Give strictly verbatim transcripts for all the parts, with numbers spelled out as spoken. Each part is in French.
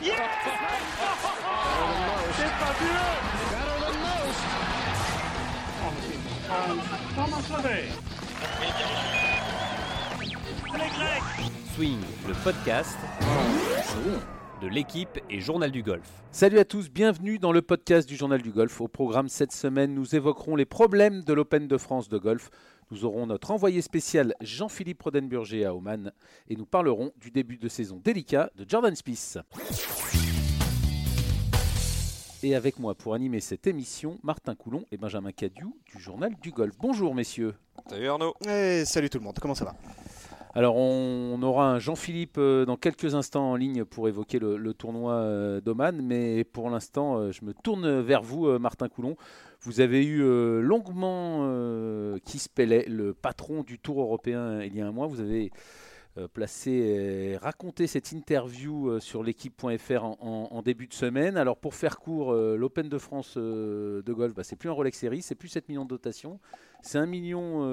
Yes! C'est fabuleux! Thomas Lavey. Les Grecs. Swing, le podcast de l'équipe et Journal du Golf. Salut à tous, bienvenue dans le podcast du Journal du Golf. Au programme cette semaine, nous évoquerons les problèmes de l'Open de France de golf. Nous aurons notre envoyé spécial Jean-Philippe Rodenburger à Oman et nous parlerons du début de saison délicat de Jordan Spieth. Et avec moi pour animer cette émission, Martin Coulon et Benjamin Cadieux du Journal du Golf. Bonjour messieurs. Salut Arnaud. Et salut tout le monde, comment ça va ? Alors on aura un Jean-Philippe dans quelques instants en ligne pour évoquer le, le tournoi d'Oman, mais pour l'instant je me tourne vers vous Martin Coulon. Vous avez eu euh, longuement euh, Keith Pelley, le patron du Tour européen il y a un mois. Vous avez euh, placé et raconté cette interview euh, sur l'équipe point F R en, en, en début de semaine. Alors pour faire court, euh, l'Open de France euh, de golf, bah, c'est plus un Rolex Series, c'est plus sept millions de dotation, c'est un million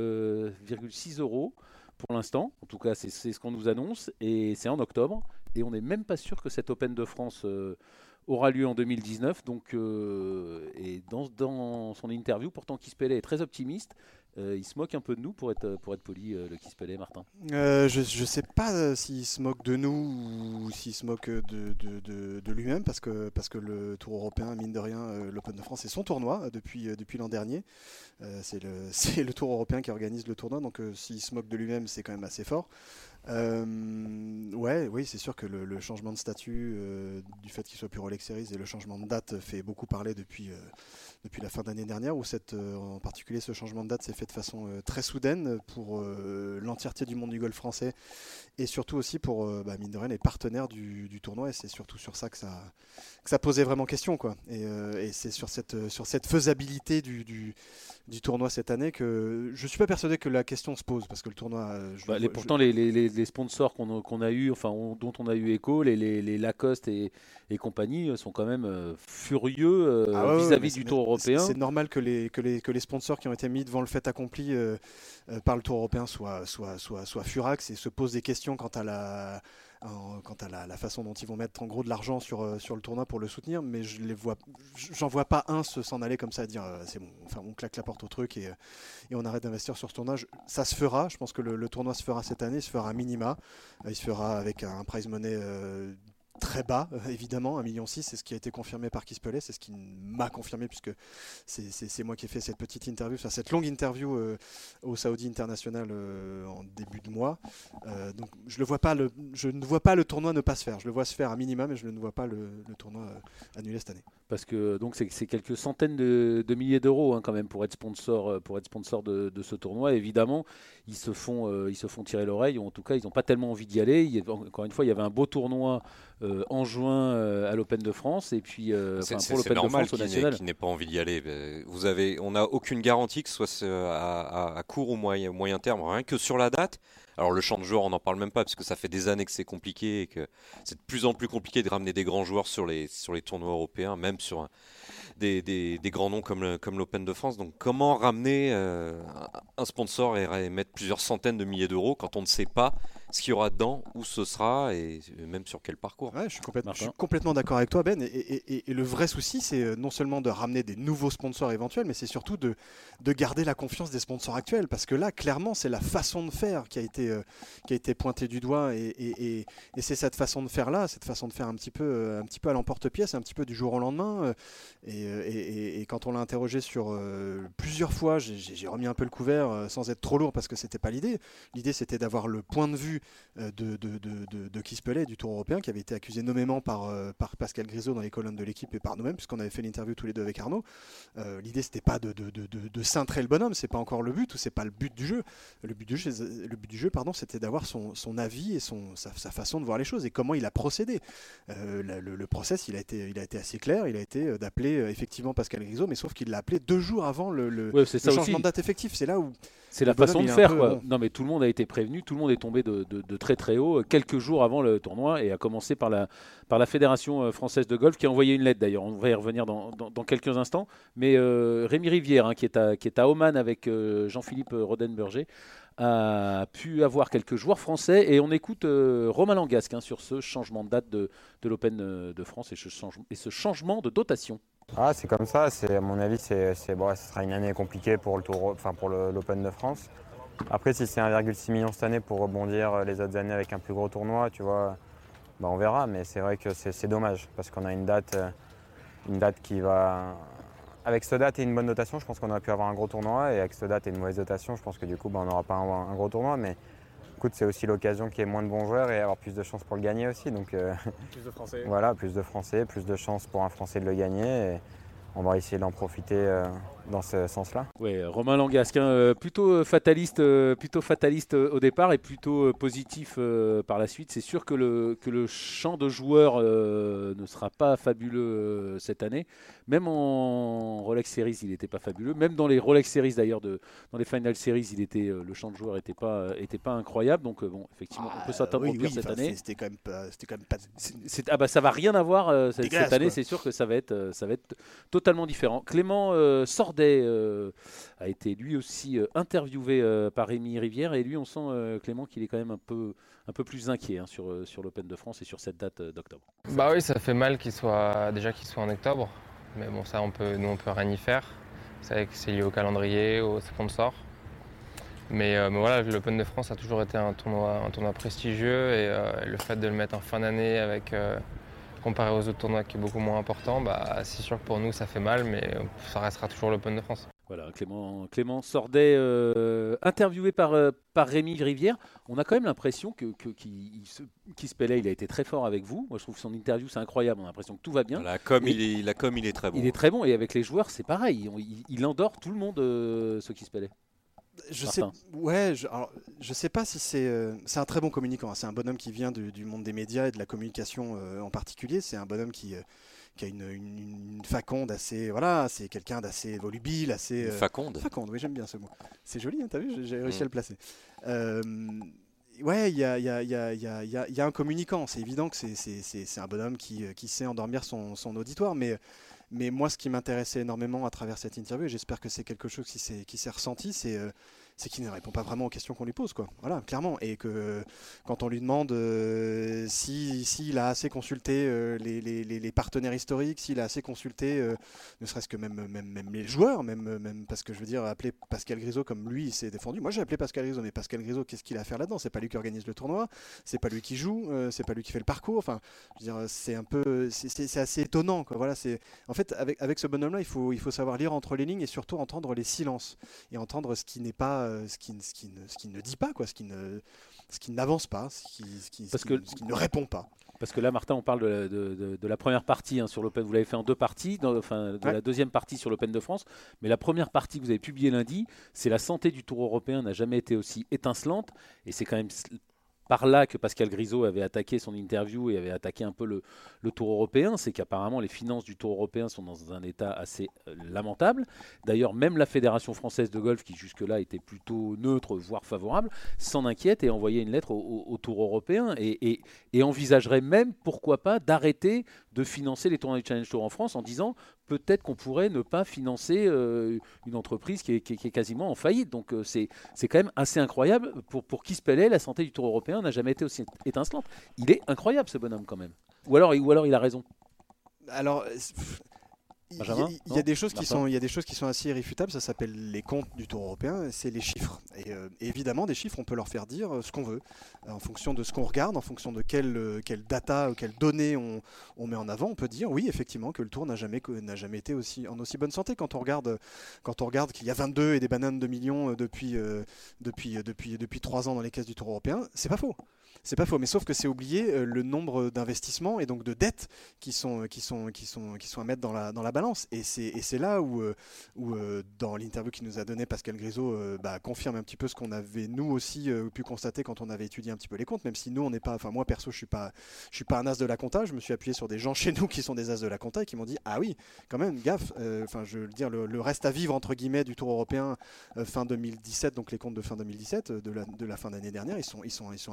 virgule six euros pour l'instant. En tout cas, c'est, c'est ce qu'on nous annonce et c'est en octobre. Et on n'est même pas sûr que cette Open de France euh, aura lieu en deux mille dix-neuf. Donc, euh, et dans, dans son interview, pourtant Keith Pelley est très optimiste. Euh, il se moque un peu de nous pour être, pour être poli, euh, le Keith Pelley, Martin. Euh, je ne sais pas euh, s'il se moque de nous ou s'il se moque de, de, de, de lui-même parce que, parce que le Tour européen, mine de rien, euh, l'Open de France, c'est son tournoi euh, depuis, euh, depuis l'an dernier. Euh, c'est, le, c'est le Tour européen qui organise le tournoi, donc euh, s'il se moque de lui-même, c'est quand même assez fort. Euh, ouais, oui, c'est sûr que le, le changement de statut, euh, du fait qu'il soit plus Rolex Series et le changement de date fait beaucoup parler depuis, euh, depuis la fin d'année dernière, où cette, euh, en particulier ce changement de date s'est fait de façon euh, très soudaine pour euh, l'entièreté du monde du golf français et surtout aussi pour, euh, bah, mine de rien, les partenaires du, du tournoi. Et c'est surtout sur ça que ça, que ça posait vraiment question, quoi. Et, euh, et c'est sur cette, sur cette faisabilité du, du, du tournoi cette année que je ne suis pas persuadé que la question se pose parce que le tournoi. Je bah, le, les, je, pourtant, les, les, les sponsors qu'on a, qu'on a eu, enfin on, dont on a eu écho, les, les, les Lacoste et, et compagnie, sont quand même euh, furieux euh, ah ouais, vis-à-vis ouais, du Tour européen. C'est, c'est normal que les, que, les, que les sponsors qui ont été mis devant le fait accompli euh, euh, par le Tour européen soient, soient, soient, soient furax et se posent des questions quant à la. En, quant à la, la façon dont ils vont mettre en gros de l'argent sur, euh, sur le tournoi pour le soutenir, mais je les vois, j'en vois pas un se, s'en aller comme ça à dire euh, c'est bon, enfin on claque la porte au truc et, et on arrête d'investir sur ce tournoi. Je, ça se fera, je pense que le, le tournoi se fera cette année, il se fera à minima, euh, il se fera avec un prize money euh, très bas, euh, évidemment, un virgule six million, c'est ce qui a été confirmé par Keith Pelley, c'est ce qui m'a confirmé puisque c'est, c'est, c'est moi qui ai fait cette petite interview, enfin, cette longue interview euh, au Saudi International euh, en début de mois. Euh, donc je, le vois pas le, je ne vois pas le tournoi ne pas se faire, je le vois se faire à minima, mais je ne vois pas le, le tournoi euh, annulé cette année. Parce que donc c'est, c'est quelques centaines de, de milliers d'euros hein, quand même pour être sponsor, pour être sponsor de, de ce tournoi. Évidemment, ils se font, euh, ils se font tirer l'oreille, ou en tout cas, ils n'ont pas tellement envie d'y aller. Il y a, encore une fois, il y avait un beau tournoi euh, en juin euh, à l'Open de France, et puis euh, c'est, c'est, pour l'Open c'est de France au qu'il national. N'ait, qu'il n'ait pas envie d'y aller. Vous avez, on n'a aucune garantie que ce soit à, à, à court ou moyen, moyen terme, rien que sur la date. Alors le champ de joueurs, on n'en parle même pas parce que ça fait des années que c'est compliqué et que c'est de plus en plus compliqué de ramener des grands joueurs sur les, sur les tournois européens, même sur un, des, des, des grands noms comme, le, comme l'Open de France. Donc comment ramener euh, un sponsor et, et mettre plusieurs centaines de milliers d'euros quand on ne sait pas ce qu'il y aura dedans, où ce sera et même sur quel parcours. Ouais, je, suis complètement, je suis complètement d'accord avec toi Ben et, et, et, et le vrai souci c'est non seulement de ramener des nouveaux sponsors éventuels mais c'est surtout de, de garder la confiance des sponsors actuels parce que là clairement c'est la façon de faire qui a été, euh, qui a été pointée du doigt et, et, et, et c'est cette façon de faire là, cette façon de faire un petit peu, euh, un petit peu à l'emporte-pièce, un petit peu du jour au lendemain euh, et, et, et quand on l'a interrogé sur euh, plusieurs fois j'ai, j'ai remis un peu le couvert euh, sans être trop lourd parce que c'était pas l'idée, l'idée c'était d'avoir le point de vue De, de, de, de, de Keith Pelley du Tour européen qui avait été accusé nommément par, euh, par Pascal Grisot dans les colonnes de l'équipe et par nous-mêmes puisqu'on avait fait l'interview tous les deux avec Arnaud. Euh, l'idée c'était pas de, de, de, de, de cintrer le bonhomme, c'est pas encore le but ou c'est pas le but du jeu. Le but du jeu, le but du jeu pardon, c'était d'avoir son, son avis et son, sa, sa façon de voir les choses et comment il a procédé. Euh, le, le, le process il a, été, il a été assez clair, il a été d'appeler euh, effectivement Pascal Grisot mais sauf qu'il l'a appelé deux jours avant le, le, ouais, le changement aussi. de date effectif. C'est là où c'est la façon de faire, peu, quoi. Non, mais tout le monde a été prévenu, tout le monde est tombé de, de, de très très haut quelques jours avant le tournoi et a commencé par la, par la Fédération française de golf qui a envoyé une lettre d'ailleurs. On va y revenir dans, dans, dans quelques instants. Mais euh, Rémi Rivière, hein, qui, est à, qui est à Oman avec euh, Jean-Philippe Rodenburger, a pu avoir quelques joueurs français et on écoute euh, Romain Langasque hein, sur ce changement de date de, de l'Open de France et ce, change, et ce changement de dotation. Ah, c'est comme ça, c'est, à mon avis, c'est, c'est, bon, ce sera une année compliquée pour, le tour, enfin, pour le, l'Open de France. Après, si c'est un virgule six million cette année pour rebondir les autres années avec un plus gros tournoi, tu vois, bah, on verra. Mais c'est vrai que c'est, c'est dommage parce qu'on a une date, une date qui va... Avec cette date et une bonne dotation, je pense qu'on aurait pu avoir un gros tournoi. Et avec cette date et une mauvaise dotation, je pense que du coup, bah, on n'aura pas un, un gros tournoi. Mais écoute, c'est aussi l'occasion qu'il y ait moins de bons joueurs et avoir plus de chances pour le gagner aussi. Donc, euh, plus de Français. Voilà, plus de Français, plus de chances pour un Français de le gagner. Et on va essayer d'en profiter euh, dans ce sens-là. Oui, Romain Langasque, hein, euh, plutôt fataliste, euh, plutôt fataliste euh, au départ et plutôt euh, positif euh, par la suite. C'est sûr que le, que le champ de joueurs euh, ne sera pas fabuleux euh, cette année. Même en Rolex Series, il n'était pas fabuleux. Même dans les Rolex Series d'ailleurs, de, dans les Final Series, il était, euh, le champ de joueurs n'était pas, était pas incroyable. Donc euh, bon, effectivement, ah, on peut s'attendre oui, au pire oui, cette enfin, année. C'était quand même pas, c'était quand même pas. C'est, c'est, ah bah ça va rien avoir euh, cette, cette année. Quoi. C'est sûr que ça va être, euh, ça va être totalement différent. Clément euh, Sordet euh, a été lui aussi euh, interviewé euh, par Rémi Rivière et lui on sent euh, Clément qu'il est quand même un peu, un peu plus inquiet hein, sur, euh, sur l'Open de France et sur cette date euh, d'octobre. Bah oui, ça fait mal qu'il soit déjà qu'il soit en octobre, mais bon ça on peut, nous on peut rien y faire. C'est vrai que c'est lié au calendrier, aux sponsors. Mais, euh, mais voilà, l'Open de France a toujours été un tournoi, un tournoi prestigieux et euh, le fait de le mettre en fin d'année avec euh, comparé aux autres tournois qui est beaucoup moins important, bah, c'est sûr que pour nous ça fait mal, mais ça restera toujours l'Open de France. Voilà, Clément, Clément Sordet, euh, interviewé par, euh, par Rémi Rivière. On a quand même l'impression que, que, qu'il se, qu'il se pélait, il a été très fort avec vous. Moi, je trouve que son interview, c'est incroyable. On a l'impression que tout va bien. La com, Et, il est, la com, il est très bon. Il est très bon. Et avec les joueurs, c'est pareil. Il, il endort tout le monde, euh, ceux qui se pélaient. Je Martin. sais, ouais, je, alors, je sais pas si c'est, euh, c'est un très bon communicant. Hein. C'est un bonhomme qui vient du, du monde des médias et de la communication euh, en particulier. C'est un bonhomme qui, euh, qui a une, une, une faconde assez, voilà, c'est quelqu'un d'assez volubile, assez. Euh, faconde. Faconde, oui, j'aime bien ce mot. C'est joli, hein, t'as vu, j'ai réussi mmh. à le placer. Euh, ouais, il y a, y, a, y, a, y, a, y a un communicant. C'est évident que c'est, c'est, c'est, c'est un bonhomme qui, qui sait endormir son, son auditoire, mais. Mais moi, ce qui m'intéressait énormément à travers cette interview, et j'espère que c'est quelque chose qui s'est, qui s'est ressenti, c'est, euh, c'est qu'il ne répond pas vraiment aux questions qu'on lui pose, quoi. Voilà, clairement. Et que euh, quand on lui demande euh, si, s'il a assez consulté euh, les, les, les partenaires historiques, s'il a assez consulté, euh, ne serait-ce que même, même, même les joueurs, même, même parce que je veux dire, appeler Pascal Grisot comme lui, il s'est défendu. Moi, j'ai appelé Pascal Grisot, mais Pascal Grisot, qu'est-ce qu'il a à faire là-dedans ? C'est pas lui qui organise le tournoi, c'est pas lui qui joue, euh, c'est pas lui qui fait le parcours. Enfin, je veux dire, c'est un peu, c'est, c'est, c'est assez étonnant, quoi. Voilà, c'est en fait, avec, avec ce bonhomme-là, il faut, il faut savoir lire entre les lignes et surtout entendre les silences et entendre ce qui n'est pas, euh, ce qui, ce qui, ne, ce qui ne dit pas, quoi, ce qui ne, ce qui n'avance pas, ce qui, ce qui, Parce ce que, qui, ce qui ne répond pas. Parce que là, Martin, on parle de la, de, de, de la première partie hein, sur l'Open. Vous l'avez fait en deux parties, dans, enfin de ouais. la deuxième partie sur l'Open de France. Mais la première partie que vous avez publiée lundi, c'est la santé du Tour européen n'a jamais été aussi étincelante et c'est quand même par là que Pascal Grisot avait attaqué son interview et avait attaqué un peu le, le Tour européen, c'est qu'apparemment les finances du Tour européen sont dans un état assez euh, lamentable. D'ailleurs, même la Fédération française de golf, qui jusque-là était plutôt neutre, voire favorable, s'en inquiète et envoyait une lettre au, au, au Tour européen et, et, et envisagerait même, pourquoi pas, d'arrêter de financer les tournois du Challenge Tour en France en disant peut-être qu'on pourrait ne pas financer euh, une entreprise qui est, qui, est, qui est quasiment en faillite. Donc euh, c'est, c'est quand même assez incroyable. Pour, pour qui se pélait, la santé du Tour européen n'a jamais été aussi étincelante. Il est incroyable ce bonhomme quand même. Ou alors, ou alors il a raison. Alors... Il y, a, il y a des choses qui sont, il y a des choses qui sont assez irréfutables. Ça s'appelle les comptes du Tour européen. C'est les chiffres. Et euh, évidemment, des chiffres, on peut leur faire dire ce qu'on veut, en fonction de ce qu'on regarde, en fonction de quelle, quelle data ou quelles données on, on met en avant. On peut dire oui, effectivement, que le Tour n'a jamais, n'a jamais été aussi, en aussi bonne santé. Quand on regarde, quand on regarde qu'il y a vingt-deux et des bananes de millions depuis, euh, depuis, depuis, depuis trois ans dans les caisses du Tour européen, c'est pas faux. C'est pas faux, mais sauf que c'est oublier euh, le nombre d'investissements et donc de dettes qui sont, qui sont, qui sont, qui sont à mettre dans la, dans la balance. Et c'est, et c'est là où, euh, où euh, dans l'interview qu'il nous a donné, Pascal Grisot euh, bah, confirme un petit peu ce qu'on avait nous aussi euh, pu constater quand on avait étudié un petit peu les comptes, même si nous on n'est pas, enfin moi perso je suis pas, je suis pas un as de la compta. Je me suis appuyé sur des gens chez nous qui sont des as de la compta et qui m'ont dit ah oui quand même gaffe. Enfin euh, je veux dire le, le reste à vivre entre guillemets du Tour européen euh, fin deux mille dix-sept, donc les comptes de fin deux mille dix-sept, de la, de la fin d'année dernière, ils sont, ils sont, ils sont un peu, ils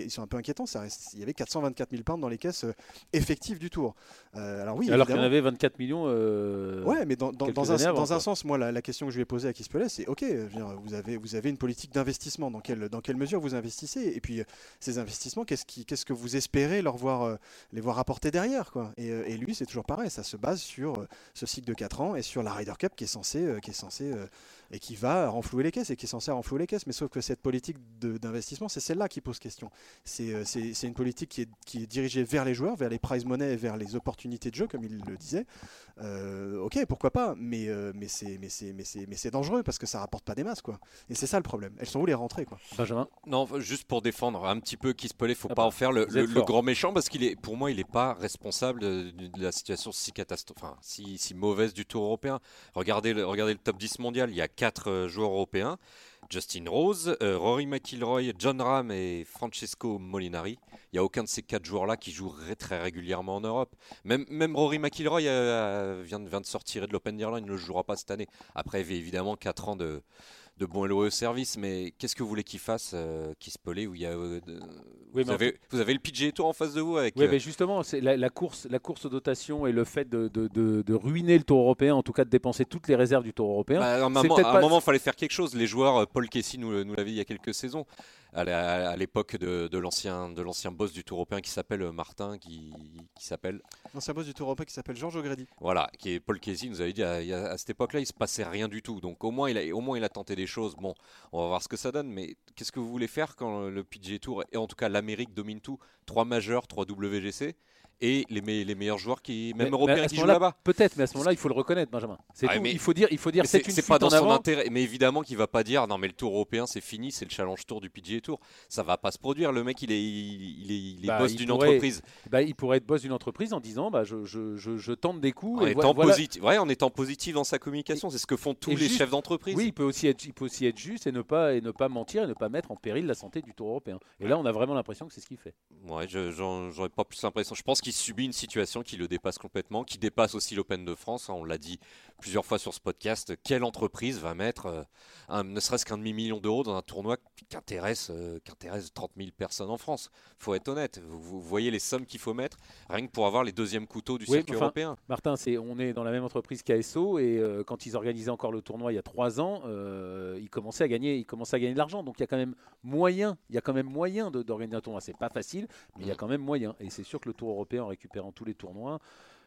ils sont un peu inquiétants. Ça reste, il y avait quatre cent vingt-quatre mille pounds dans les caisses euh, effectives du Tour. Euh, alors oui, alors qu'il y en évidemment. avait vingt-quatre millions. Euh, Ouais, mais dans, dans, quelques dans un, années avant, dans un quoi. sens, moi, la, la question que je lui ai posée à Kispelé, c'est ok, je veux dire, vous avez, vous avez une politique d'investissement. Dans quelle, dans quelle mesure vous investissez? Et puis, euh, ces investissements, qu'est-ce, qui, qu'est-ce que vous espérez leur voir, euh, les voir apporter derrière, quoi. Et, euh, et lui, c'est toujours pareil. Ça se base sur euh, ce cycle de quatre ans et sur la Ryder Cup qui est censé, euh, qui est censé euh, et qui va renflouer les caisses et qui est censé renflouer les caisses. Mais sauf que cette politique de, d'investissement, c'est celle-là qui pose question. C'est, euh, c'est, c'est une politique qui est, qui est dirigée vers les joueurs, vers les prize money et vers les opportunités de jeu, comme il le disait. Euh, ok, pourquoi pas, mais, euh, mais, c'est, mais, c'est, mais, c'est, mais c'est dangereux parce que ça rapporte pas des masses, quoi. Et c'est ça le problème. Elles sont où les rentrées, quoi? Benjamin. Non, juste pour défendre un petit peu Kispelé, faut Ah pas bah, en faire le, vous le- êtes le fort. grand méchant parce qu'il est, pour moi, il n'est pas responsable de, de la situation si catastrophique, enfin, si, si mauvaise du Tour européen. Regardez le, regardez le top dix mondial, il y a quatre euh, joueurs européens. Justin Rose, euh, Rory McIlroy, John Ram et Francesco Molinari. Il n'y a aucun de ces quatre joueurs-là qui joue ré- très régulièrement en Europe. Même, même Rory McIlroy euh, vient, de, vient de sortir de l'Open d'Irlande, il ne le jouera pas cette année. Après, il y a évidemment quatre ans de, de bon L O E service, mais qu'est-ce que vous voulez qu'il fasse, euh, Kispelé, où il y a, euh, de- Oui, vous, mais en avez, vous avez le P G A Tour en face de vous avec... Oui, euh, mais justement, c'est la, la course, la course aux dotations et le fait de, de, de, de ruiner le Tour européen, en tout cas de dépenser toutes les réserves du Tour européen. Bah, à un c'est moment, peut-être à un pas- moment, il fallait faire quelque chose. Les joueurs, euh, Paul Casey nous, nous l'avait dit il y a quelques saisons, à, la- à l'époque de, de l'ancien, de l'ancien boss du Tour européen qui s'appelle euh, Martin, qui, qui s'appelle, L'ancien boss du Tour européen qui s'appelle Georges O'Grady. voilà, qui est Paul Casey nous avait dit à, il y a- à cette époque-là, il se passait rien du tout. Donc au moins, il a, au moins, il a tenté des choses. Bon, on va voir ce que ça donne. Mais qu'est-ce que vous voulez faire quand le P G A Tour et en tout cas l'Amérique domine tout, trois majeurs, trois W G C et les, me- les meilleurs joueurs qui, même Mais- européens, mais à ce qui jouent moment-là, là-bas. Peut-être, mais à ce moment-là, il faut le reconnaître, Benjamin. C'est Ah, tout. mais- Il faut dire, il faut dire, Mais c'est c'est une c'est fuite pas dans en son avant. intérêt, mais évidemment qu'il va pas dire non mais le Tour européen c'est fini, c'est le Challenge Tour du P G A Tour. Ça va pas se produire. Le mec il est, il, il est, il est Bah, boss il d'une pourrait- entreprise. Bah, il pourrait être boss d'une entreprise en disant, bah, je, je, je, je tente des coups. En et vo- étant voilà. positif, ouais, en étant positif dans sa communication, c'est ce que font tous et les juste- chefs d'entreprise. Oui, il peut aussi être, il peut aussi être juste et ne pas et ne pas mentir et ne pas mettre en péril la santé du Tour européen. Et là, on a vraiment l'impression que c'est ce qu'il fait. Ouais, je- j'en- j'aurais pas plus l'impression. Je pense qu'il subit une situation qui le dépasse complètement, qui dépasse aussi l'Open de France. hein, on l'a dit plusieurs fois sur ce podcast. Quelle entreprise va mettre euh, un, ne serait-ce qu'un demi-million d'euros dans un tournoi qui intéresse, euh, qui intéresse trente mille personnes en France? Faut être honnête. Vous, vous voyez les sommes qu'il faut mettre rien que pour avoir les deuxièmes couteaux du Oui, circuit enfin, européen. Martin, c'est, on est dans la même entreprise qu'A S O et euh, quand ils organisaient encore le tournoi il y a trois ans, euh, ils commençaient à gagner, ils commençaient à gagner de l'argent. Donc il y a quand même moyen, il y a quand même moyen de, d'organiser un tournoi. C'est pas facile, mais il y a quand même moyen. Et c'est sûr que le Tour européen, en récupérant tous les tournois,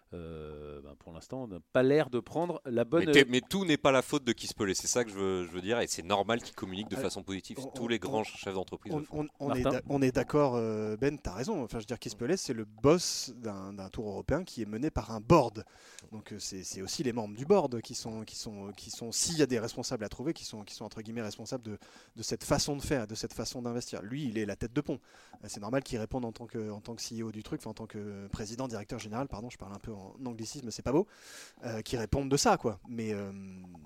euh, ben, pour l'instant, n'a pas l'air de prendre la bonne. Mais, t'es- mais tout n'est pas la faute de Kispelé, c'est ça que je veux, je veux dire, et c'est normal qu'il communique de Euh, façon positive. on- Tous les on- grands chefs d'entreprise On, le font. on- on est Martin d'a- on est d'accord, euh, Ben, tu as raison. Enfin, je veux dire, Kispelé, c'est le boss d'un d'un tour européen qui est mené par un board. Donc, euh, c'est c'est aussi les membres du board qui sont, qui sont, qui sont s'il y a des responsables à trouver, qui sont, qui sont entre guillemets responsables de, de cette façon de faire, de cette façon d'investir. Lui, il est la tête de pont. Euh, C'est normal qu'il réponde en tant que, en tant que C E O du truc, enfin, en tant que président, directeur général, pardon, je parle un peu en anglicisme, c'est pas beau, euh, qu'il réponde de ça, quoi. Mais. euh,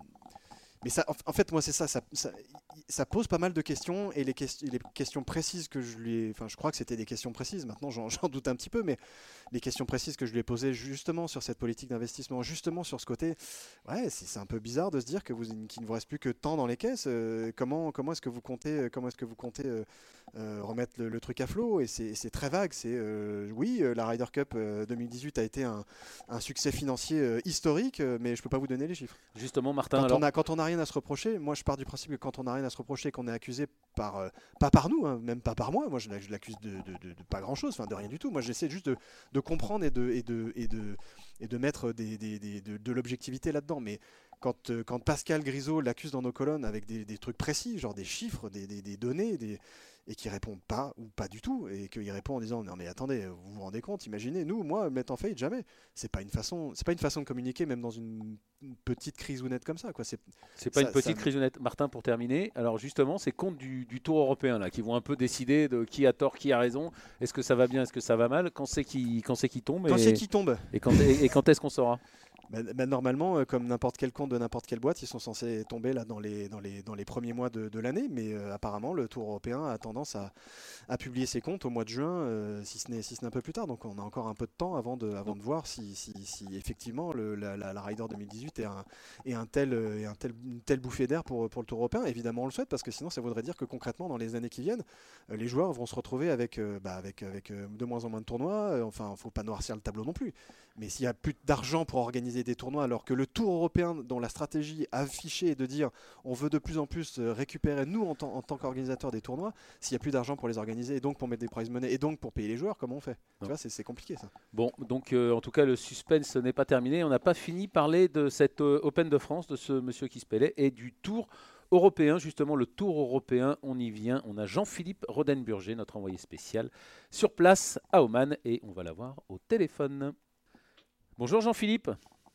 Mais ça, en en fait, moi, c'est ça, ça, ça, ça pose pas mal de questions et les, ques- les questions précises que je lui ai, enfin, je crois que c'était des questions précises. Maintenant, j'en j'en doute un petit peu, mais les questions précises que je lui ai posées justement sur cette politique d'investissement, justement sur ce côté, ouais, c'est c'est un peu bizarre de se dire que vous, qu'il ne vous reste plus que tant dans les caisses. euh, comment, comment est-ce que vous comptez, comment est-ce que vous comptez euh, euh, remettre le, le truc à flot? Et c'est c'est très vague. C'est euh, oui, euh, la Ryder Cup euh, deux mille dix-huit a été un, un succès financier euh, historique, euh, mais je peux pas vous donner les chiffres. Justement, Martin. Quand alors- on a quand on a rien à se reprocher, moi je pars du principe que quand on n'a rien à se reprocher, qu'on est accusé par euh, pas par nous, hein, même pas par moi, moi je l'ac- je l'accuse de, de- de- de pas grand chose, enfin de rien du tout. Moi j'essaie juste de, de comprendre et de et de et de et de mettre des, des- des- de, de l'objectivité là-dedans. Mais quand, euh, quand Pascal Grisot l'accuse dans nos colonnes avec des, des trucs précis, genre des chiffres, des, des- des données, des, et qui répond pas ou pas du tout, et qu'il répond en disant non mais attendez, vous vous rendez compte, imaginez, nous, moi, mettre en faillite, jamais. C'est pas une façon, c'est pas une façon de communiquer, même dans une, une petite crise ou nette comme ça, quoi. C'est C'est pas Ça- une petite ça- crise honnête. Martin, pour terminer, alors justement, ces comptes du, du Tour européen là, qui vont un peu décider de qui a tort, qui a raison, est-ce que ça va bien, est-ce que ça va mal, quand c'est qui, quand c'est qui tombe quand et, c'est qui tombe. et quand, et, et quand est-ce qu'on saura? Bah, bah, normalement, euh, comme n'importe quel compte de n'importe quelle boîte, ils sont censés tomber là dans les, dans les, dans les premiers mois de, de l'année, mais euh, apparemment le Tour européen a tendance à, à publier ses comptes au mois de juin, euh, si ce n'est si ce n'est un peu plus tard. Donc on a encore un peu de temps avant de, avant de voir si, si, si effectivement le, la, la, la Ryder deux mille dix-huit est, un, est, un tel, est un tel, une telle bouffée d'air pour, pour le Tour européen. Évidemment, on le souhaite parce que sinon ça voudrait dire que concrètement, dans les années qui viennent, euh, les joueurs vont se retrouver avec, euh, bah, avec, avec euh, de moins en moins de tournois. Euh, enfin, il ne faut pas noircir le tableau non plus. Mais s'il n'y a plus d'argent pour organiser des tournois, alors que le Tour européen, dont la stratégie affichée est de dire on veut de plus en plus récupérer, nous en, tant- en tant qu'organisateurs des tournois, s'il n'y a plus d'argent pour les organiser, et donc pour mettre des prize money, et donc pour payer les joueurs, comment on fait? Tu vois, c'est, c'est compliqué ça. Bon, donc euh, en tout cas, le suspense n'est pas terminé. On n'a pas fini de parler de cette euh, Open de France, de ce monsieur qui se pélait, et du Tour européen. Justement, le Tour européen, on y vient. On a Jean-Philippe Rodenburger, notre envoyé spécial, sur place à Oman, et on va l'avoir au téléphone. Bonjour Jean-Philippe.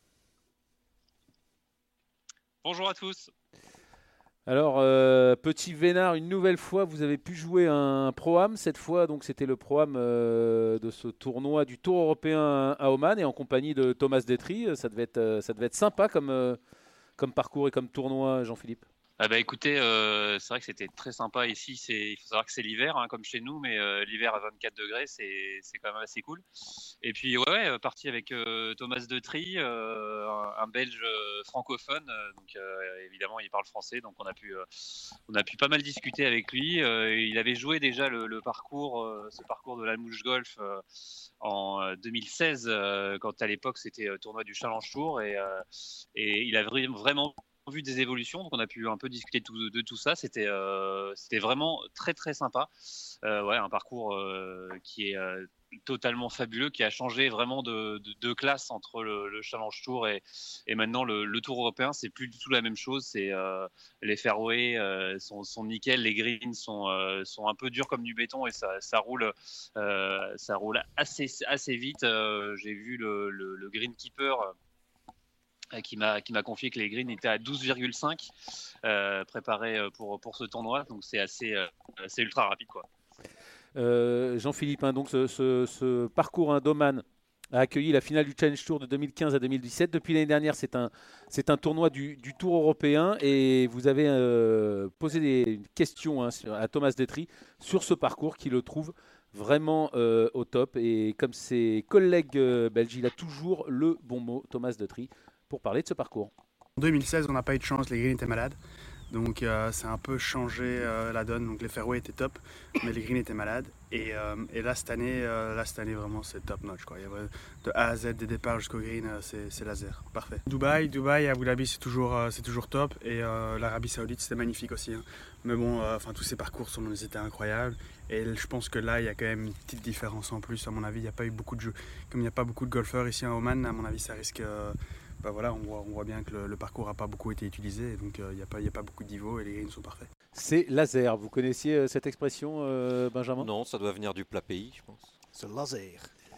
Bonjour à tous. Alors, euh, petit Vénard, une nouvelle fois, vous avez pu jouer un Pro-Am. Cette fois, donc, c'était le Pro-Am euh, de ce tournoi du Tour européen à Oman et en compagnie de Thomas Detry. Ça devait être, euh, ça devait être sympa comme, euh, comme parcours et comme tournoi, Jean-Philippe. Ah bah écoutez, euh, c'est vrai que c'était très sympa ici. C'est, il faut savoir que c'est l'hiver, hein, comme chez nous, mais euh, l'hiver à vingt-quatre degrés, c'est, c'est quand même assez cool. Et puis ouais, ouais parti avec euh, Thomas Detry, euh, un, un Belge euh, francophone. Euh, donc euh, évidemment, il parle français, donc on a pu, euh, on a pu pas mal discuter avec lui. Euh, il avait joué déjà le, le parcours, euh, ce parcours de la Mouche Golf euh, en deux mille seize, euh, quand à l'époque c'était euh, tournoi du Challenge Tour, et, euh, et il a vra- vraiment vu des évolutions, donc on a pu un peu discuter de tout, de tout ça. C'était, euh, c'était vraiment très très sympa. Euh, ouais, un parcours euh, qui est euh, totalement fabuleux, qui a changé vraiment de, de, de classe entre le, le Challenge Tour et, et maintenant le, le Tour européen. C'est plus du tout la même chose. C'est euh, les fairways euh, sont, sont nickel, les greens sont, euh, sont un peu durs comme du béton et ça, ça roule, euh, ça roule assez assez vite. Euh, j'ai vu le, le, le greenkeeper qui m'a qui m'a confié que les greens étaient à douze virgule cinq euh, préparés pour pour ce tournoi, donc c'est assez euh, c'est ultra rapide quoi. Euh, Jean-Philippe, hein, donc ce, ce, ce parcours hein, d'Oman a accueilli la finale du Challenge Tour de deux mille quinze à deux mille dix-sept. Depuis l'année dernière, c'est un, c'est un tournoi du, du Tour européen et vous avez euh, posé des questions hein, à Thomas Detry sur ce parcours qui le trouve vraiment euh, au top. Et comme ses collègues euh, belges, il a toujours le bon mot, Thomas Detry, pour parler de ce parcours. En deux mille seize, on n'a pas eu de chance, les greens étaient malades. Donc euh, ça a un peu changé euh, la donne. Donc les fairways étaient top, mais les greens étaient malades. Et, euh, et là, cette année, euh, là, cette année, vraiment, c'est top notch, quoi. Il y a de A à Z, des départs jusqu'au green, euh, c'est, c'est laser. Parfait. Dubaï, Dubaï, Abu Dhabi, c'est toujours, euh, c'est toujours top. Et euh, l'Arabie Saoudite, c'était magnifique aussi. Hein. Mais bon, euh, tous ces parcours sont, étaient incroyables. Et je pense que là, il y a quand même une petite différence en plus. À mon avis, il n'y a pas eu beaucoup de jeux. Comme il n'y a pas beaucoup de golfeurs ici à Oman, à mon avis, ça risque. Euh, bah voilà, on voit, on voit bien que le, le parcours n'a pas beaucoup été utilisé, et donc il euh, n'y a, a pas beaucoup de niveau et les greens sont parfaits. C'est laser. Vous connaissiez euh, cette expression, euh, Benjamin? Non, ça doit venir du plat pays, je pense. C'est laser.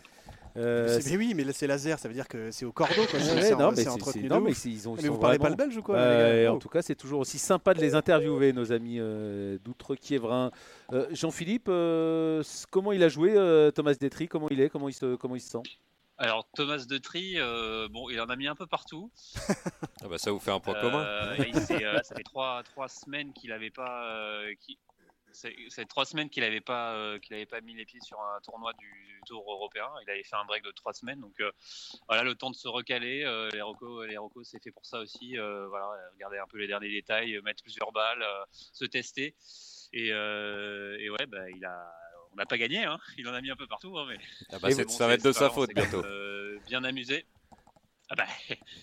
Euh, c'est, mais oui, mais c'est laser, ça veut dire que c'est au cordeau. Quoi. Ouais, c'est, ouais, c'est, non, en, mais c'est c'est, entretenu c'est, de non, ouf. mais c'est, ils ont, mais ils vous sont parlez vraiment... pas le belge ou quoi euh, les gars En tout cas, c'est toujours aussi sympa de les interviewer, nos amis euh, d'Outre-Quiévrin. Euh, Jean-Philippe, euh, comment il a joué, euh, Thomas Detry? Comment il est? Comment il se, comment il se sent? Alors Thomas Detry, euh, bon, il en a mis un peu partout. Ah bah ça vous fait un point euh, commun. il euh, ça fait trois, trois semaines qu'il n'avait pas, euh, qui, c'est, c'est trois semaines qu'il n'avait pas, euh, qu'il avait pas mis les pieds sur un tournoi du, du Tour européen. Il avait fait un break de trois semaines, donc euh, voilà, le temps de se recaler. Euh, les recos, les recos, c'est fait pour ça aussi. Euh, voilà, regarder un peu les derniers détails, mettre plusieurs balles, euh, se tester. Et, euh, et ouais, bah, il a. On n'a pas gagné, hein. Il en a mis un peu partout. Hein, mais... ah bah c'est, bon, ça va être de sa faute bientôt. Même, euh, bien amusé. Ah bah,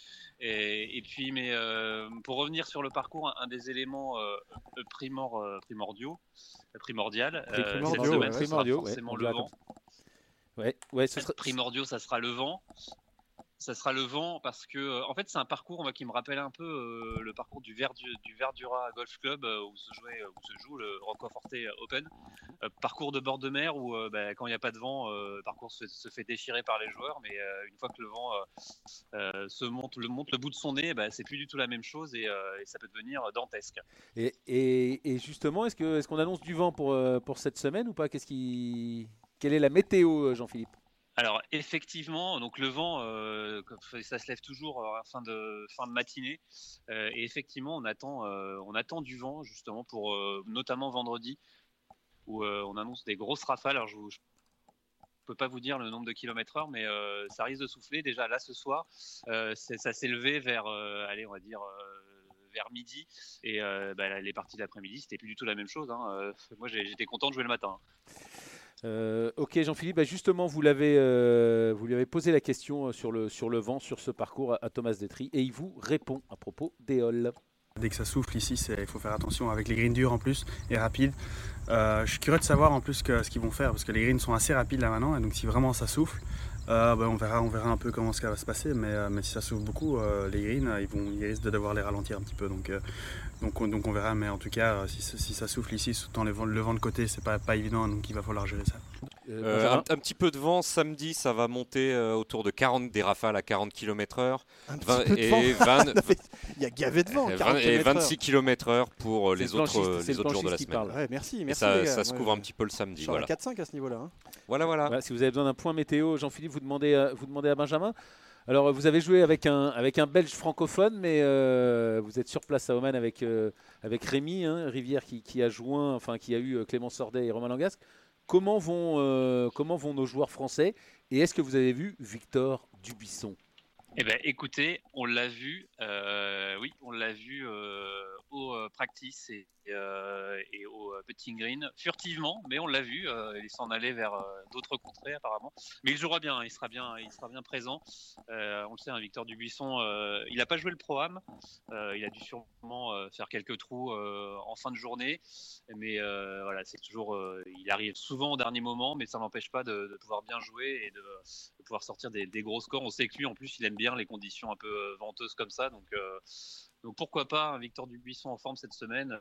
et, et puis, mais euh, pour revenir sur le parcours, un, un des éléments euh, primor, euh, primordiaux, primordial, euh, cette primordiaux, semaine, ouais, ce primordiaux, sera forcément ouais, le vent. Ouais, ouais, ce sera... Primordiaux, ça sera le vent. Ça sera le vent parce que, en fait, c'est un parcours moi, qui me rappelle un peu euh, le parcours du, Verdu, du Verdura Golf Club euh, où, se jouait, où se joue le Roccaforte Open. Euh, parcours de bord de mer où, euh, bah, quand il n'y a pas de vent, euh, le parcours se, se fait déchirer par les joueurs, mais euh, une fois que le vent euh, euh, se monte le, monte le bout de son nez, bah, c'est plus du tout la même chose et, euh, et ça peut devenir dantesque. Et, et, et justement, est-ce, que, est-ce qu'on annonce du vent pour, pour cette semaine ou pas? Qu'est-ce qui... Quelle est la météo, Jean-Philippe? Alors effectivement, donc le vent, euh, ça se lève toujours en fin de fin de matinée, euh, et effectivement on attend, euh, on attend du vent justement pour euh, notamment vendredi où euh, on annonce des grosses rafales. Alors je, je peux pas vous dire le nombre de kilomètres heure, mais euh, ça risque de souffler. Déjà là ce soir, euh, ça s'est levé vers, euh, allez on va dire. Euh, vers midi et euh, bah, les parties d'après-midi c'était plus du tout la même chose hein. euh, moi j'étais content de jouer le matin. Euh, ok Jean-Philippe, bah justement vous, l'avez, euh, vous lui avez posé la question sur le, sur le vent, sur ce parcours à, à Thomas Detry et il vous répond à propos des halls. Dès que ça souffle ici, il faut faire attention avec les greens durs en plus et rapides. Euh, je suis curieux de savoir en plus que, ce qu'ils vont faire parce que les greens sont assez rapides là maintenant et donc si vraiment ça souffle, euh, bah, on, verra, on verra un peu comment ça va se passer mais, euh, mais si ça souffle beaucoup, euh, les greens ils, vont, ils risquent de devoir les ralentir un petit peu donc, euh, donc, on, donc on verra mais en tout cas si, si ça souffle ici, dans le vent, le vent de côté c'est pas, pas évident donc il va falloir gérer ça. Euh, un, un petit peu de vent samedi, ça va monter euh, autour de quarante, des rafales à quarante kilomètres heure. Un petit vingt, peu de et vent. vingt, Il y a gavé de vent. vingt, et vingt-six kilomètres heure pour euh, c'est les le autres, euh, c'est les le autres jours de la qui semaine. parle. Ouais, merci, merci. ça, les gars. ça se Ouais, couvre ouais. un petit peu le samedi. Je suis à Voilà. quatre cinq à ce niveau-là. Hein. Voilà, voilà. Voilà, si vous avez besoin d'un point météo, Jean-Philippe, vous demandez, à, vous demandez à Benjamin. Alors, vous avez joué avec un, avec un Belge francophone, mais euh, vous êtes sur place à Oman avec, euh, avec Rémi hein, Rivière qui, qui a joint, enfin qui a eu euh, Clément Sordet et Romain Langasque. Comment vont, euh, comment vont nos joueurs français et est-ce que vous avez vu Victor Dubuisson? Eh ben, écoutez, on l'a vu, euh, oui, on l'a vu euh, au euh, practice et, euh, et au euh, putting green, furtivement, mais on l'a vu. Euh, il s'en allait vers euh, d'autres contrées apparemment, mais il jouera bien, il sera bien, il sera bien présent. Euh, on le sait, hein, Victor Dubuisson, euh, il n'a pas joué le Pro-Am, euh, il a dû sûrement euh, faire quelques trous euh, en fin de journée, mais euh, voilà, c'est toujours, euh, il arrive souvent au dernier moment, mais ça n'empêche pas de, de pouvoir bien jouer et de, de pouvoir sortir des, des gros scores. On sait que lui, en plus, il aime bien les conditions un peu euh, venteuses comme ça, donc, euh, donc pourquoi pas un Victor Dubuisson en forme cette semaine,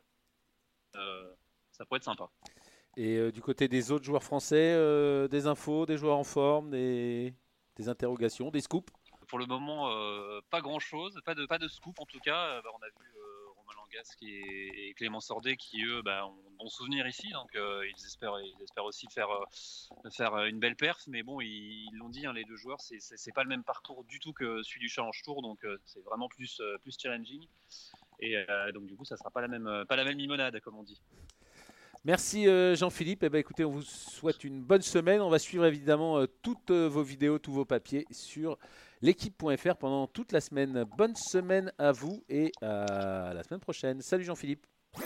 euh, ça pourrait être sympa. Et euh, du côté des autres joueurs français, euh, des infos, des joueurs en forme, des, des interrogations, des scoops? Pour le moment, euh, pas grand-chose, pas de, pas de scoop en tout cas. Euh, bah, on a vu euh, Romain Langasque et, et Clément Sordet qui, eux, bah, ont de bons souvenirs ici, donc euh, ils, espèrent, ils espèrent aussi faire, euh, faire une belle perf. Mais bon, ils, ils l'ont dit, hein, les deux joueurs, c'est, c'est, c'est pas le même parcours du tout que celui du Challenge Tour, donc euh, c'est vraiment plus, euh, plus challenging. Et euh, donc du coup, ça sera pas la même, pas la même limonade, comme on dit. Merci euh, Jean-Philippe. Eh ben, écoutez, on vous souhaite une bonne semaine. On va suivre évidemment euh, toutes euh, vos vidéos, tous vos papiers sur l'équipe point f r pendant toute la semaine. Bonne semaine à vous et à la semaine prochaine. Salut Jean-Philippe.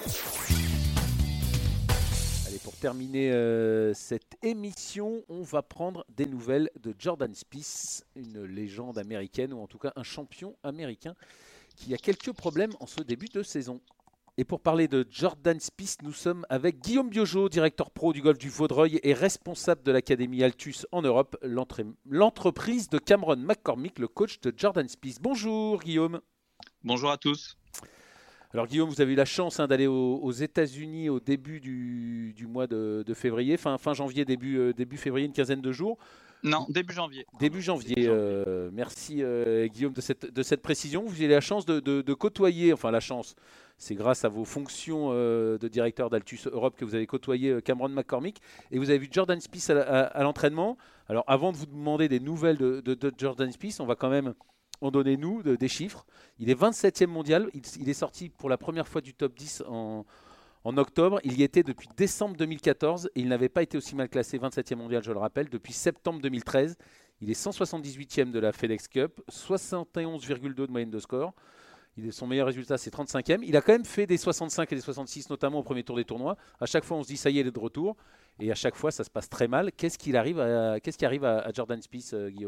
Allez, pour terminer euh, cette émission, on va prendre des nouvelles de Jordan Spieth, une légende américaine ou en tout cas un champion américain qui a quelques problèmes en ce début de saison. Et pour parler de Jordan Spieth, nous sommes avec Guillaume Biojo, directeur pro du golf du Vaudreuil et responsable de l'Académie Altus en Europe, l'entreprise de Cameron McCormick, le coach de Jordan Spieth. Bonjour Guillaume. Bonjour à tous. Alors Guillaume, vous avez eu la chance hein, d'aller aux, aux États-Unis au début du, du mois de, de février, fin, fin janvier, début, euh, début février, une quinzaine de jours. Non, début janvier. Début janvier. Euh, merci euh, Guillaume de cette, de cette précision. Vous avez la chance de, de, de côtoyer, enfin la chance, c'est grâce à vos fonctions euh, de directeur d'Altus Europe que vous avez côtoyé Cameron McCormick et vous avez vu Jordan Spieth à, à, à l'entraînement. Alors avant de vous demander des nouvelles de, de, de Jordan Spieth, on va quand même en donner nous de, des chiffres. Il est vingt-septième mondial. Il, il est sorti pour la première fois du top dix en... En octobre, il y était depuis décembre deux mille quatorze et il n'avait pas été aussi mal classé, vingt-septième mondial, je le rappelle, depuis septembre deux mille treize. Il est cent soixante-dix-huitième de la FedEx Cup, soixante et onze virgule deux de moyenne de score. Il est, son meilleur résultat, c'est trente-cinquième. Il a quand même fait des soixante-cinq et des soixante-six, notamment au premier tour des tournois. À chaque fois, on se dit, ça y est, il est de retour. Et à chaque fois, ça se passe très mal. Qu'est-ce, qu'il arrive à, qu'est-ce qui arrive à, à Jordan Spieth, euh, Guillaume ?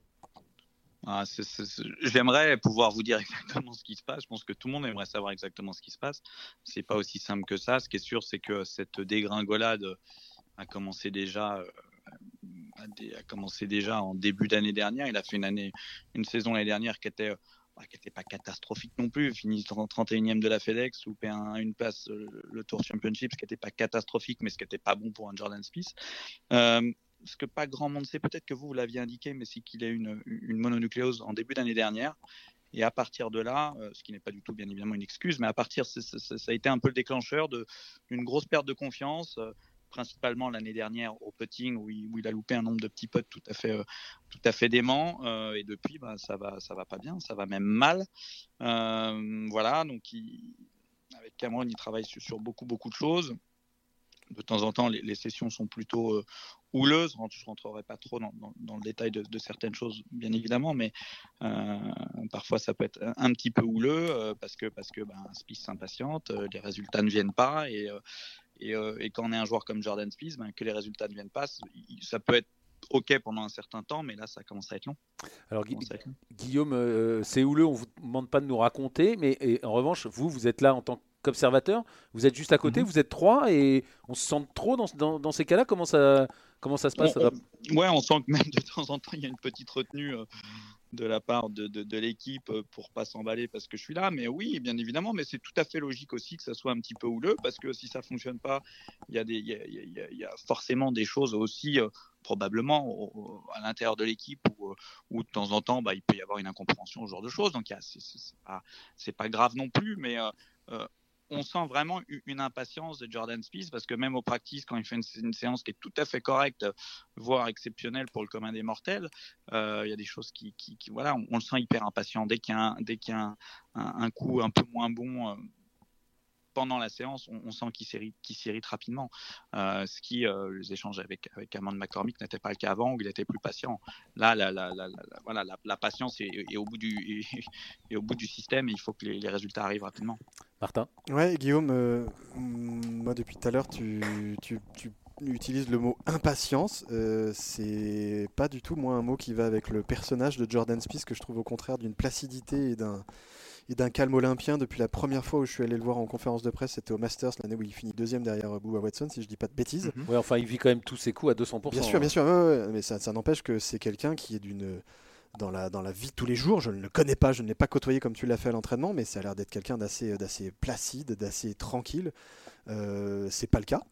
Ah, c'est, c'est, c'est... J'aimerais pouvoir vous dire exactement ce qui se passe. Je pense que tout le monde aimerait savoir exactement ce qui se passe. C'est pas aussi simple que ça. Ce qui est sûr, c'est que cette dégringolade a commencé déjà, a, dé... a commencé déjà en début d'année dernière. Il a fait une année, une saison l'année dernière qui était, bah, qui était pas catastrophique non plus. Il finit trente et unième de la FedEx, loupé un, une place le Tour Championship, ce qui était pas catastrophique, mais ce qui était pas bon pour un Jordan Spieth. Euh, Ce que pas grand monde sait, peut-être que vous, vous l'aviez indiqué, mais c'est qu'il a eu une, une mononucléose en début d'année dernière. Et à partir de là, euh, ce qui n'est pas du tout bien évidemment une excuse, mais à partir, c'est, c'est, ça a été un peu le déclencheur de, d'une grosse perte de confiance. Euh, principalement l'année dernière au putting où il, où il a loupé un nombre de petits putts tout à fait, euh, tout à fait dément. Euh, et depuis, bah, ça va, ça va pas bien, ça va même mal. Euh, voilà, donc il, avec Cameron, il travaille sur, sur beaucoup, beaucoup de choses. De temps en temps, les, les sessions sont plutôt euh, houleuses. Je ne rentrerai pas trop dans, dans, dans le détail de, de certaines choses, bien évidemment, mais euh, parfois ça peut être un, un petit peu houleux euh, parce que, parce que ben, Spieth s'impatiente, euh, les résultats ne viennent pas. Et, euh, et, euh, et quand on est un joueur comme Jordan Spieth, ben, que les résultats ne viennent pas, ça peut être OK pendant un certain temps, mais là, ça commence à être long. Alors, Gu- Guillaume, euh, c'est houleux, on ne vous demande pas de nous raconter, mais et, en revanche, vous, vous êtes là en tant qu'observateur, vous êtes juste à côté, Mhm. vous êtes trois, et on se sent trop dans, dans, dans ces cas-là. Comment ça, comment ça se passe? On, ça doit- on- ouais, on sent que même de temps en temps, il y a une petite retenue euh, de la part de, de, de l'équipe euh, pour pas s'emballer parce que je suis là. Mais oui, bien évidemment, mais c'est tout à fait logique aussi que ça soit un petit peu houleux parce que si ça fonctionne pas, il y a des, il y a, il y a- il y a forcément des choses aussi euh, probablement au- au- à l'intérieur de l'équipe où, euh, où de temps en temps, bah, il peut y avoir une incompréhension, ce genre de choses. Donc il y a- c'est c'est- c'est pas, c'est pas grave non plus, mais euh, euh, on sent vraiment u- une impatience de Jordan Spieth parce que même au practice, quand il fait une, une séance qui est tout à fait correcte, voire exceptionnelle pour le commun des mortels, euh, il y a des choses qui, qui, qui- voilà, on, on le sent hyper impatient. Dès qu'il y a un, dès qu'il y a un, un- un coup un peu moins bon euh, pendant la séance, on, on sent qu'il s'irrite, qu'il s'irrite rapidement. Euh, ce qui, euh, les échanges avec, avec Amand McCormick n'était pas le cas avant, où il était plus patient. Là, la, la, la, la, la- voilà, la, la patience est, est au bout du, est, est au bout du système et il faut que les, les résultats arrivent rapidement. Martin? Ouais, Guillaume, euh, mm, moi depuis tout à l'heure, tu, tu, tu utilises le mot impatience. Euh, c'est pas du tout, moi, un mot qui va avec le personnage de Jordan Spieth, que je trouve au contraire d'une placidité et d'un et d'un calme olympien. Depuis la première fois où je suis allé le voir en conférence de presse, c'était au Masters, l'année où il finit deuxième derrière Bubba Watson, si je dis pas de bêtises. Mm-hmm. Ouais, enfin, il vit quand même tous ses coups à deux cents pour cent. Bien sûr, hein. bien sûr, ouais, ouais, mais ça, ça n'empêche que c'est quelqu'un qui est d'une dans la, dans la vie de tous les jours. Je ne le connais pas, je ne l'ai pas côtoyé comme tu l'as fait à l'entraînement, mais ça a l'air d'être quelqu'un d'assez, d'assez placide, d'assez tranquille. Euh, c'est pas le cas.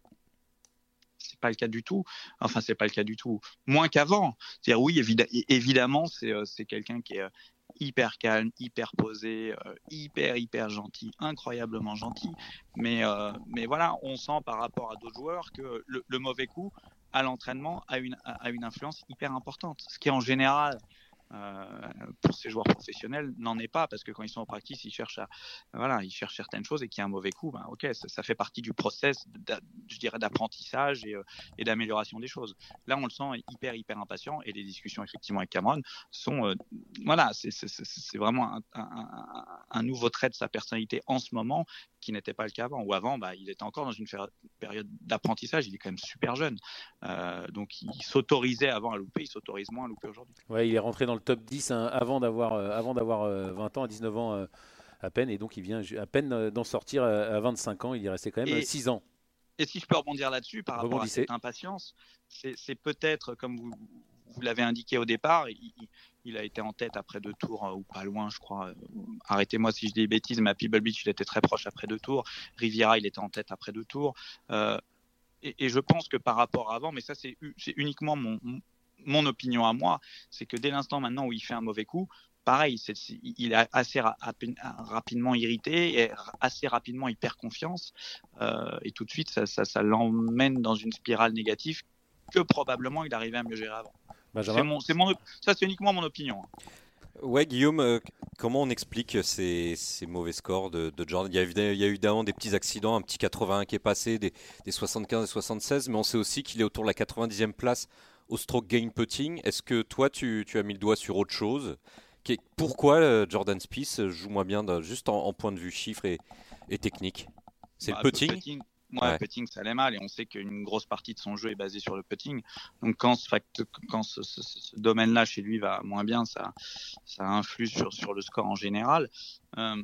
C'est pas le cas du tout. Enfin, c'est pas le cas du tout. Moins qu'avant. C'est-à-dire, oui, évi- évidemment, c'est, euh, c'est quelqu'un qui est euh, hyper calme, hyper posé, euh, hyper, hyper gentil, incroyablement gentil. Mais, euh, mais voilà, on sent par rapport à d'autres joueurs que le, le mauvais coup à l'entraînement a une, a une influence hyper importante. Ce qui, en général, euh, pour ces joueurs professionnels, n'en est pas parce que quand ils sont en practice, ils cherchent à, voilà, ils cherchent certaines choses et qu'il y a un mauvais coup, ben ok, ça, ça fait partie du process, je dirais, d'apprentissage et, euh, et d'amélioration des choses. Là, on le sent hyper, hyper impatient et les discussions effectivement avec Cameron sont, euh, voilà, c'est, c'est, c'est, c'est vraiment un, un, un, un nouveau trait de sa personnalité en ce moment qui n'était pas le cas avant. Ou avant, bah, il était encore dans une période d'apprentissage. Il est quand même super jeune, euh, donc il s'autorisait avant à louper, il s'autorise moins à louper aujourd'hui. Ouais, il est rentré dans le top dix hein, avant d'avoir euh, avant d'avoir euh, vingt ans, à dix-neuf ans euh, à peine, et donc il vient à peine euh, d'en sortir à, à vingt-cinq ans. Il y restait quand même Et- euh, six ans. Et si je peux rebondir là-dessus par rapport à Rebondissez. cette impatience, c'est, c'est peut-être, comme vous, vous l'avez indiqué au départ, il, il a été en tête après deux tours, euh, ou pas loin, je crois. Euh, Arrêtez-moi si je dis des bêtises, mais à Pebble Beach, il était très proche après deux tours. Riviera, il était en tête après deux tours. Euh, et, et je pense que par rapport à avant, mais ça c'est, u- c'est uniquement mon, mon opinion à moi, c'est que dès l'instant maintenant où il fait un mauvais coup, pareil, c'est, c'est- il est assez ra- rapi- rapidement irrité et assez rapidement il perd confiance. Euh, et tout de suite, ça, ça, ça l'emmène dans une spirale négative que probablement il arrivait à mieux gérer avant. Benjamin? C'est mon, c'est mon, op- ça, c'est uniquement mon opinion. Ouais, Guillaume, euh, comment on explique ces, ces mauvais scores de, de Jordan? Il y a, évidemment- il y a eu évidemment des petits accidents, un petit quatre-vingt-un qui est passé, des, des soixante-quinze et soixante-seize, mais on sait aussi qu'il est autour de la quatre-vingt-dixième place au stroke gain putting. Est-ce que toi, tu, tu as mis le doigt sur autre chose? Qui est- Pourquoi euh, Jordan Spieth joue moins bien, dans- juste en, en point de vue chiffres et, et technique? C'est Bah, le putting? putting, ouais, Ouais. putting, ça allait mal et on sait qu'une grosse partie de son jeu est basée sur le putting. Donc quand ce, fact- quand ce, ce- ce domaine-là chez lui va moins bien, ça, ça influe sur, sur le score en général. Euh,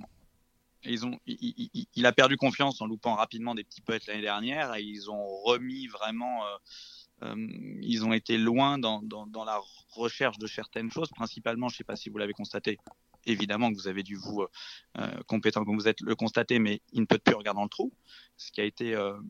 ils ont, il, il- il- il a perdu confiance en loupant rapidement des petits putts l'année dernière et ils ont remis vraiment. euh, euh, ils ont été loin dans, dans, dans la recherche de certaines choses, principalement, je ne sais pas si vous l'avez constaté, évidemment que vous avez dû vous, euh, compétent comme vous êtes, le constater, mais il ne peut plus regarder dans le trou, ce qui a été, euh,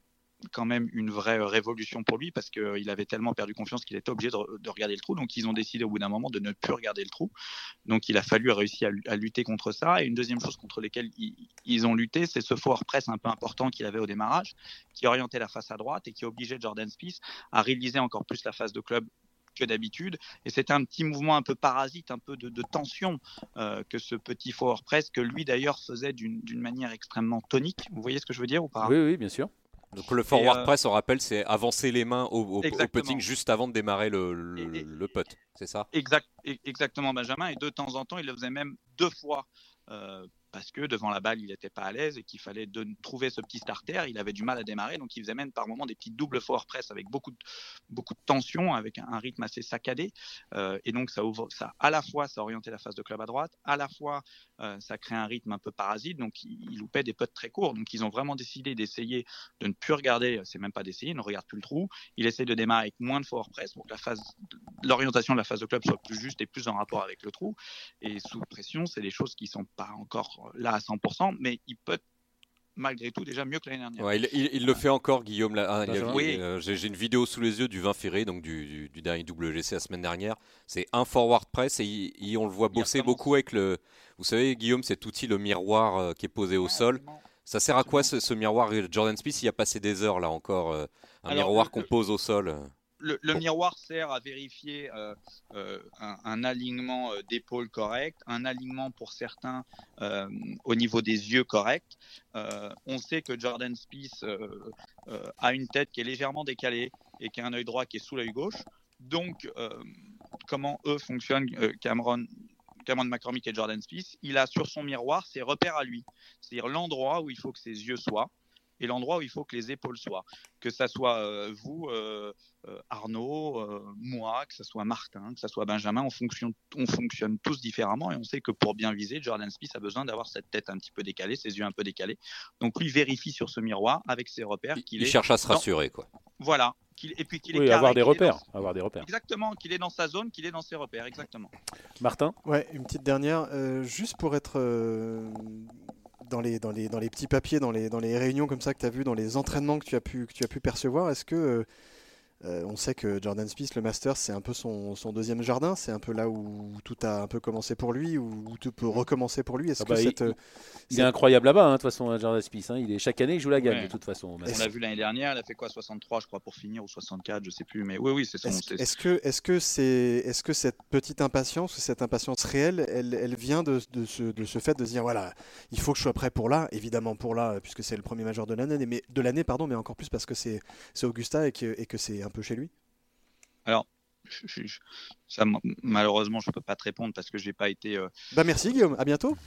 quand même une vraie révolution pour lui parce qu'il avait tellement perdu confiance qu'il était obligé de, de regarder le trou. Donc, ils ont décidé au bout d'un moment de ne plus regarder le trou. Donc, il a fallu réussir à, à lutter contre ça. Et une deuxième chose contre laquelle ils, ils ont lutté, c'est ce forward press un peu important qu'il avait au démarrage, qui orientait la face à droite et qui obligeait Jordan Spieth à réaliser encore plus la phase de club que d'habitude. Et c'était un petit mouvement un peu parasite, un peu de, de tension euh, que ce petit forward press, que lui d'ailleurs faisait d'une, d'une manière extrêmement tonique. Vous voyez ce que je veux dire ou pas ? Oui, oui, bien sûr. Donc le forward euh, press, on rappelle, c'est avancer les mains au, au, au putting juste avant de démarrer le, le, et, et, le putt, c'est ça ? Exact, exactement, Benjamin. Et de temps en temps, il le faisait même deux fois. Euh, parce que devant la balle, il n'était pas à l'aise et qu'il fallait de, trouver ce petit starter. Il avait du mal à démarrer, donc il faisait même par moments des petits doubles forward press avec beaucoup de, beaucoup de tension, avec un, un rythme assez saccadé. Euh, et donc ça ouvre ça. À la fois, ça orientait la phase de club à droite, à la fois, euh, ça crée un rythme un peu parasite, donc il, il loupait des putts très courts. Donc ils ont vraiment décidé d'essayer de ne plus regarder, c'est même pas d'essayer, il ne regarde plus le trou. Il essaie de démarrer avec moins de forward press pour que la phase, l'orientation de la phase de club soit plus juste et plus en rapport avec le trou. Et sous pression, c'est des choses qui ne sont pas encore là à cent pour cent, mais il peut malgré tout déjà mieux que l'année dernière. Ouais, il, il, il le fait encore, Guillaume. Là, hein, il a, oui. euh, j'ai, j'ai une vidéo sous les yeux du vingt février, donc du, du, du dernier W G C la semaine dernière. C'est un forward press et, il, il, on le voit bosser beaucoup avec le. Vous savez, Guillaume, cet outil, le miroir euh, qui est posé au sol. Ça sert à quoi ce, ce miroir ? Jordan Spieth, il a passé des heures là encore. Euh, un Alors, miroir le, qu'on pose au sol. Le, le miroir sert à vérifier euh, euh, un, un alignement euh, d'épaule correct, un alignement pour certains euh, au niveau des yeux correct. Euh, on sait que Jordan Spieth euh, euh, a une tête qui est légèrement décalée et qui a un œil droit qui est sous l'œil gauche. Donc, euh, comment eux fonctionnent, euh, Cameron, Cameron McCormick et Jordan Spieth, il a sur son miroir ses repères à lui, c'est-à-dire l'endroit où il faut que ses yeux soient et l'endroit où il faut que les épaules soient. Que ça soit euh, vous, euh, euh, Arnaud, euh, moi, que ça soit Martin, que ça soit Benjamin, on fonctionne, on fonctionne tous différemment et on sait que pour bien viser, Jordan Spieth a besoin d'avoir cette tête un petit peu décalée, ses yeux un peu décalés. Donc lui vérifie sur ce miroir avec ses repères qu'il il est... Il cherche à se dans... rassurer, quoi. Voilà. Qu'il... Et puis qu'il est oui, carré, avoir des repères, dans... avoir des repères. Exactement, qu'il est dans sa zone, qu'il est dans ses repères, exactement. Martin ? Ouais, une petite dernière, euh, juste pour être... Euh... Dans les, dans, les, dans les petits papiers, dans les, dans les réunions comme ça que tu as vu, dans les entraînements que tu as pu, que tu as pu percevoir, est-ce que euh, euh, on sait que Jordan Spieth, le Masters, c'est un peu son, son deuxième jardin, c'est un peu là où tout a un peu commencé pour lui, où, où tout peut recommencer pour lui. Est-ce ah bah que il, cette, il, cette... il est incroyable là-bas, hein, de toute façon, Jordan Spieth. Hein, il est chaque année, il joue la gagne ouais. de toute façon. On l'a vu l'année dernière, elle a fait quoi, soixante-trois, je crois, pour finir, ou soixante-quatre, je sais plus. Mais oui, oui, c'est son. Est-ce, c'est... est-ce que, est-ce que c'est, est-ce que cette petite impatience, cette impatience réelle, elle, elle vient de, de, ce, de ce fait de se dire voilà, il faut que je sois prêt pour là, évidemment pour là, puisque c'est le premier major de l'année, mais de l'année, pardon, mais encore plus parce que c'est, c'est Augusta et que, et que c'est un peu chez lui. Alors, je, je, je, ça, malheureusement, je ne peux pas te répondre parce que je n'ai pas été. Euh... Bah merci Guillaume, à bientôt.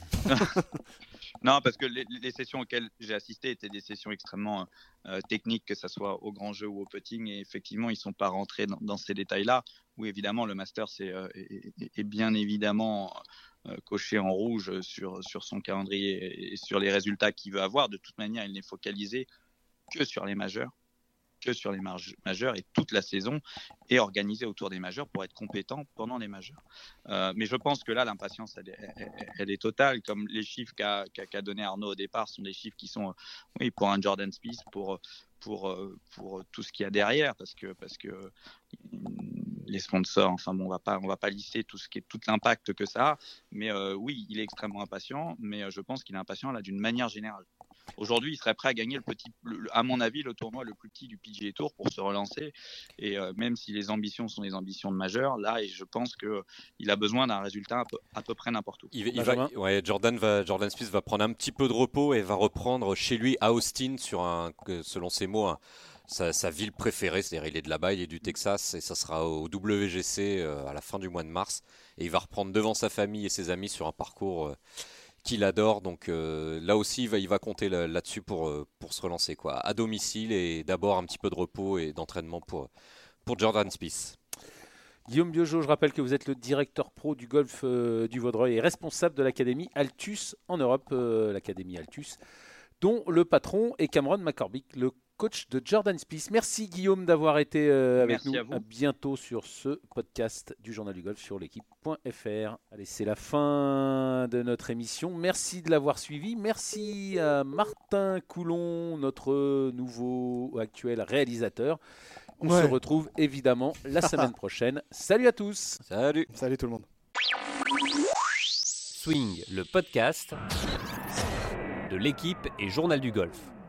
Non, parce que les, les sessions auxquelles j'ai assisté étaient des sessions extrêmement euh, techniques, que ce soit au grand jeu ou au putting, et effectivement, ils ne sont pas rentrés dans, dans ces détails-là, où évidemment le Masters est, euh, est, est bien évidemment euh, coché en rouge sur, sur son calendrier et sur les résultats qu'il veut avoir. De toute manière, il n'est focalisé que sur les majeurs. que sur les majeurs et toute la saison est organisée autour des majeurs pour être compétent pendant les majeurs. Euh, mais je pense que là, l'impatience, elle est, elle, elle est totale. Comme les chiffres qu'a, qu'a, qu'a donné Arnaud au départ sont des chiffres qui sont, oui, pour un Jordan Spieth, pour, pour, pour tout ce qu'il y a derrière, parce que, parce que les sponsors, enfin bon, on va pas, on va pas lister tout ce qui est, tout l'impact que ça a. Mais euh, oui, il est extrêmement impatient, mais je pense qu'il est impatient là d'une manière générale. Aujourd'hui, il serait prêt à gagner le petit, le, à mon avis, le tournoi le plus petit du P G A Tour pour se relancer. Et euh, même si les ambitions sont des ambitions de majeur, là, et je pense que il a besoin d'un résultat à peu, à peu près n'importe où. Il, il va, ouais, Jordan va, Jordan Spieth va prendre un petit peu de repos et va reprendre chez lui à Austin sur un, selon ses mots, un, sa, sa ville préférée. C'est-à-dire, il est de là-bas, il est du Texas et ça sera au W G C euh, à la fin du mois de mars. Et il va reprendre devant sa famille et ses amis sur un parcours. Euh, qu'il adore, donc euh, là aussi il va, il va compter là, là-dessus pour, euh, pour se relancer quoi, à domicile et d'abord un petit peu de repos et d'entraînement pour, pour Jordan Spieth. Guillaume Biojo, je rappelle que vous êtes le directeur pro du golf euh, du Vaudreuil et responsable de l'académie Altus en Europe, euh, l'académie Altus, dont le patron est Cameron McCormick, le coach de Jordan Spieth. Merci Guillaume d'avoir été euh, avec Merci nous. à vous. À bientôt sur ce podcast du Journal du Golf sur l'équipe point f r. Allez, c'est la fin de notre émission. Merci de l'avoir suivi. Merci à Martin Coulon, notre nouveau actuel réalisateur. On Ouais. se retrouve évidemment la semaine prochaine. Salut à tous. Salut. Salut tout le monde. Swing, le podcast de l'équipe et Journal du Golf.